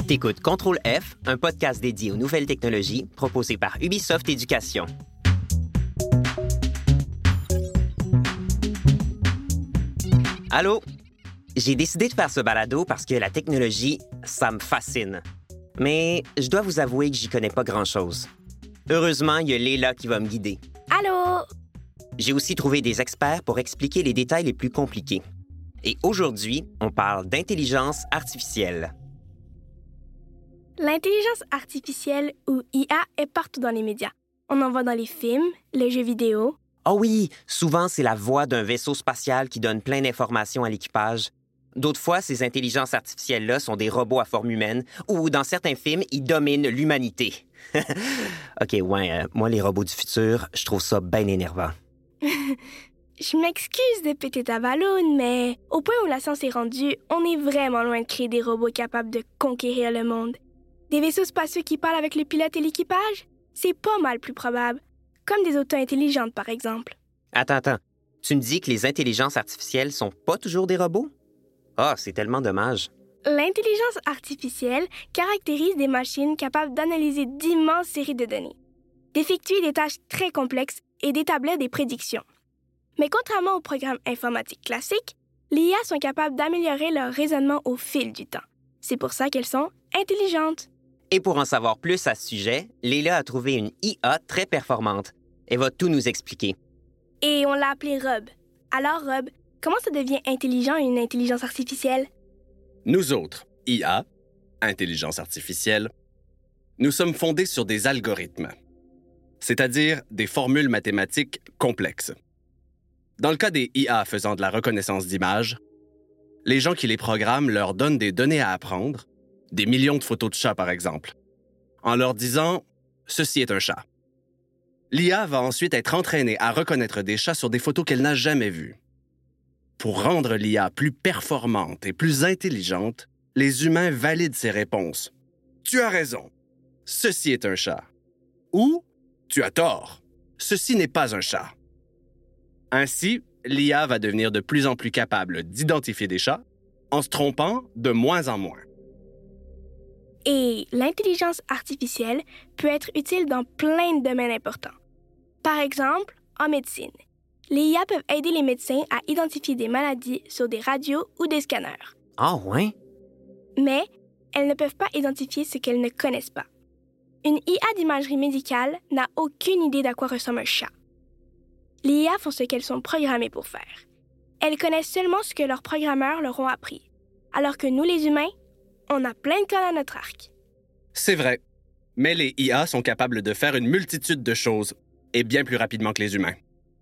T'écoutes Contrôle F, un podcast dédié aux nouvelles technologies proposé par Ubisoft Éducation. Allô? J'ai décidé de faire ce balado parce que la technologie, ça me fascine. Mais je dois vous avouer que j'y connais pas grand-chose. Heureusement, il y a Léla qui va me guider. Allô? J'ai aussi trouvé des experts pour expliquer les détails les plus compliqués. Et aujourd'hui, on parle d'intelligence artificielle. L'intelligence artificielle, ou IA, est partout dans les médias. On en voit dans les films, les jeux vidéo. Oh oui, souvent c'est la voix d'un vaisseau spatial qui donne plein d'informations à l'équipage. D'autres fois, ces intelligences artificielles-là sont des robots à forme humaine ou, dans certains films, ils dominent l'humanité. Moi, les robots du futur, je trouve ça bien énervant. Je m'excuse de péter ta balloune, mais au point où la science est rendue, on est vraiment loin de créer des robots capables de conquérir le monde. Des vaisseaux spatiaux qui parlent avec le pilote et l'équipage, c'est pas mal plus probable. Comme des autos intelligentes, par exemple. Attends. Tu me dis que les intelligences artificielles sont pas toujours des robots? Ah, c'est tellement dommage. L'intelligence artificielle caractérise des machines capables d'analyser d'immenses séries de données, d'effectuer des tâches très complexes et d'établir des prédictions. Mais contrairement aux programmes informatiques classiques, les IA sont capables d'améliorer leur raisonnement au fil du temps. C'est pour ça qu'elles sont intelligentes. Et pour en savoir plus à ce sujet, Léla a trouvé une IA très performante. Elle va tout nous expliquer. Et on l'a appelée Rob. Alors, Rob, comment ça devient intelligent une intelligence artificielle? Nous autres, IA, intelligence artificielle, nous sommes fondés sur des algorithmes, c'est-à-dire des formules mathématiques complexes. Dans le cas des IA faisant de la reconnaissance d'images, les gens qui les programment leur donnent des données à apprendre, des millions de photos de chats par exemple, en leur disant « ceci est un chat ». L'IA va ensuite être entraînée à reconnaître des chats sur des photos qu'elle n'a jamais vues. Pour rendre l'IA plus performante et plus intelligente, les humains valident ses réponses. « Tu as raison, ceci est un chat » ou « Tu as tort, ceci n'est pas un chat ». Ainsi, l'IA va devenir de plus en plus capable d'identifier des chats en se trompant de moins en moins. Et l'intelligence artificielle peut être utile dans plein de domaines importants. Par exemple, en médecine, les IA peuvent aider les médecins à identifier des maladies sur des radios ou des scanners. Ah ouais? Mais elles ne peuvent pas identifier ce qu'elles ne connaissent pas. Une IA d'imagerie médicale n'a aucune idée d'à quoi ressemble un chat. Les IA font ce qu'elles sont programmées pour faire. Elles connaissent seulement ce que leurs programmeurs leur ont appris, alors que nous, les humains, on a plein de cordes à notre arc. C'est vrai, mais les IA sont capables de faire une multitude de choses, et bien plus rapidement que les humains.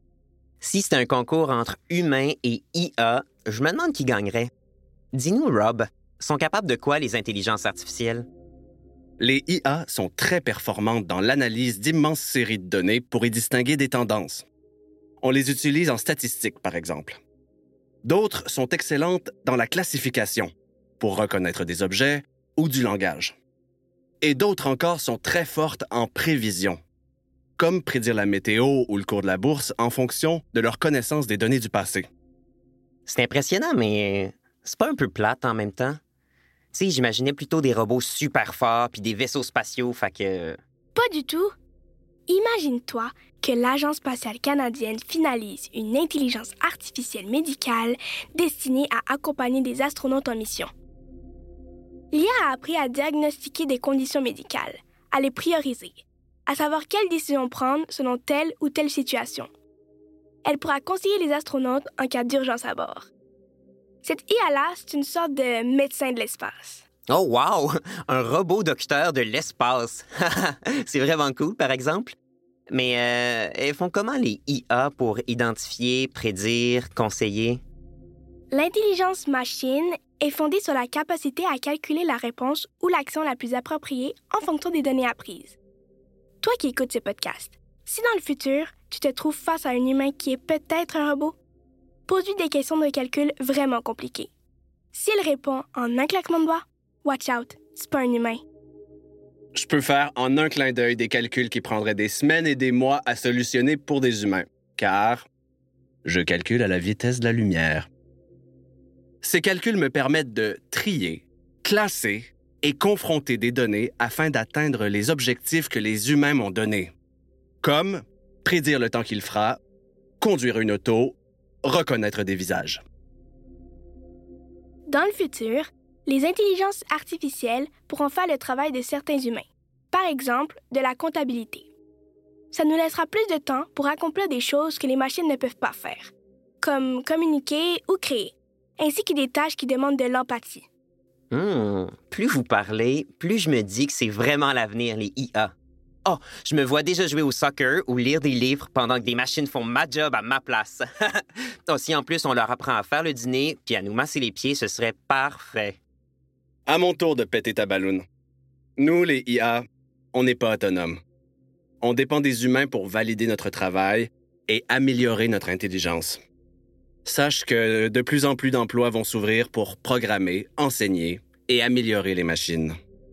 Si c'est un concours entre humains et IA, je me demande qui gagnerait. Dis-nous, Rob, sont capables de quoi les intelligences artificielles? Les IA sont très performantes dans l'analyse d'immenses séries de données pour y distinguer des tendances. On les utilise en statistique, par exemple. D'autres sont excellentes dans la classification, pour reconnaître des objets ou du langage. Et d'autres encore sont très fortes en prévision, comme prédire la météo ou le cours de la bourse en fonction de leur connaissance des données du passé. C'est impressionnant, mais c'est pas un peu plate en même temps? Tu sais, j'imaginais plutôt des robots super forts puis des vaisseaux spatiaux, fait que... Pas du tout. Imagine-toi que l'Agence spatiale canadienne finalise une intelligence artificielle médicale destinée à accompagner des astronautes en mission. L'IA a appris à diagnostiquer des conditions médicales, à les prioriser, à savoir quelles décisions prendre selon telle ou telle situation. Elle pourra conseiller les astronautes en cas d'urgence à bord. Cette IA-là, c'est une sorte de médecin de l'espace. Oh wow! Un robot docteur de l'espace! C'est vraiment cool, par exemple. Mais elles font comment les IA pour identifier, prédire, conseiller? L'intelligence machine est fondée sur la capacité à calculer la réponse ou l'action la plus appropriée en fonction des données apprises. Toi qui écoutes ce podcast, si dans le futur, tu te trouves face à un humain qui est peut-être un robot, pose-lui des questions de calcul vraiment compliquées. S'il répond en un claquement de doigts, watch out, c'est pas un humain. Je peux faire en un clin d'œil des calculs qui prendraient des semaines et des mois à solutionner pour des humains, car je calcule à la vitesse de la lumière. Ces calculs me permettent de trier, classer et confronter des données afin d'atteindre les objectifs que les humains m'ont donnés, comme prédire le temps qu'il fera, conduire une auto, reconnaître des visages. Dans le futur, les intelligences artificielles pourront faire le travail de certains humains, par exemple de la comptabilité. Ça nous laissera plus de temps pour accomplir des choses que les machines ne peuvent pas faire, comme communiquer ou créer, ainsi que des tâches qui demandent de l'empathie. Plus vous parlez, plus je me dis que c'est vraiment l'avenir, les IA. Oh, je me vois déjà jouer au soccer ou lire des livres pendant que des machines font ma job à ma place. Oh, si en plus on leur apprend à faire le dîner puis à nous masser les pieds, ce serait parfait. À mon tour de péter ta balloune. Nous, les IA, on n'est pas autonomes. On dépend des humains pour valider notre travail et améliorer notre intelligence. Sache que de plus en plus d'emplois vont s'ouvrir pour programmer, enseigner et améliorer les machines.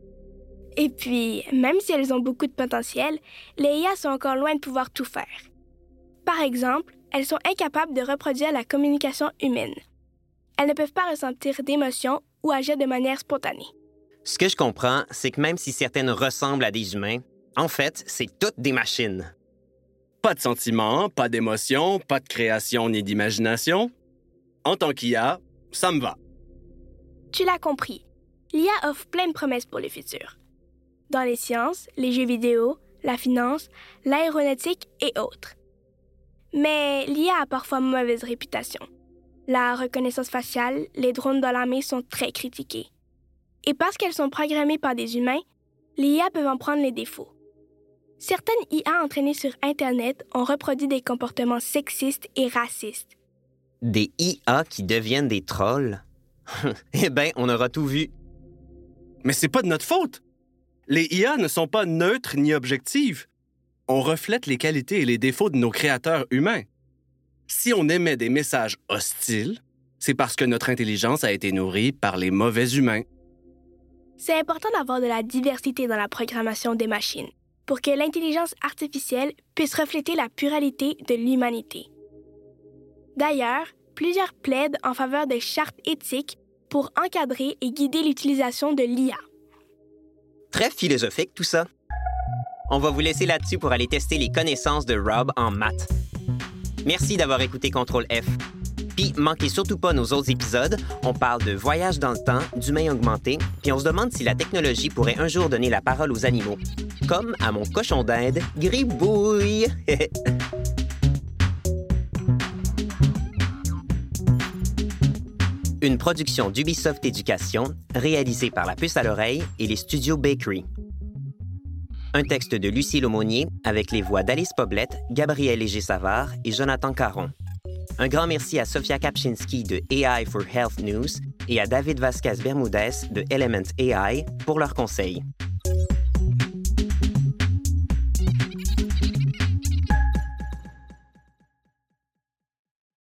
Et puis, même si elles ont beaucoup de potentiel, les IA sont encore loin de pouvoir tout faire. Par exemple, elles sont incapables de reproduire la communication humaine. Elles ne peuvent pas ressentir d'émotions ou agir de manière spontanée. Ce que je comprends, c'est que même si certaines ressemblent à des humains, en fait, c'est toutes des machines. Pas de sentiments, pas d'émotions, pas de création ni d'imagination. En tant qu'IA, ça me va. Tu l'as compris. L'IA offre plein de promesses pour le futur. Dans les sciences, les jeux vidéo, la finance, l'aéronautique et autres. Mais l'IA a parfois mauvaise réputation. La reconnaissance faciale, les drones dans l'armée sont très critiqués. Et parce qu'elles sont programmées par des humains, les IA peuvent en prendre les défauts. Certaines IA entraînées sur Internet ont reproduit des comportements sexistes et racistes. Des IA qui deviennent des trolls? Eh bien, on aura tout vu. Mais c'est pas de notre faute. Les IA ne sont pas neutres ni objectives. On reflète les qualités et les défauts de nos créateurs humains. Si on émet des messages hostiles, c'est parce que notre intelligence a été nourrie par les mauvais humains. C'est important d'avoir de la diversité dans la programmation des machines pour que l'intelligence artificielle puisse refléter la pluralité de l'humanité. D'ailleurs, plusieurs plaident en faveur de chartes éthiques pour encadrer et guider l'utilisation de l'IA. Très philosophique, tout ça. On va vous laisser là-dessus pour aller tester les connaissances de Rob en maths. Merci d'avoir écouté Contrôle F. Puis, manquez surtout pas nos autres épisodes. On parle de voyage dans le temps, d'humains augmentés, puis on se demande si la technologie pourrait un jour donner la parole aux animaux. Comme à mon cochon d'Inde, Gribouille. Une production d'Ubisoft Éducation, réalisée par La Puce à l'oreille et les studios Bakery. Un texte de Lucie Lemonnier avec les voix d'Alice Poblette, Gabriel Léger-Savard et Jonathan Caron. Un grand merci à Sofia Kapczynski de AI for Health News et à David Vasquez Bermudez de Element AI pour leurs conseils.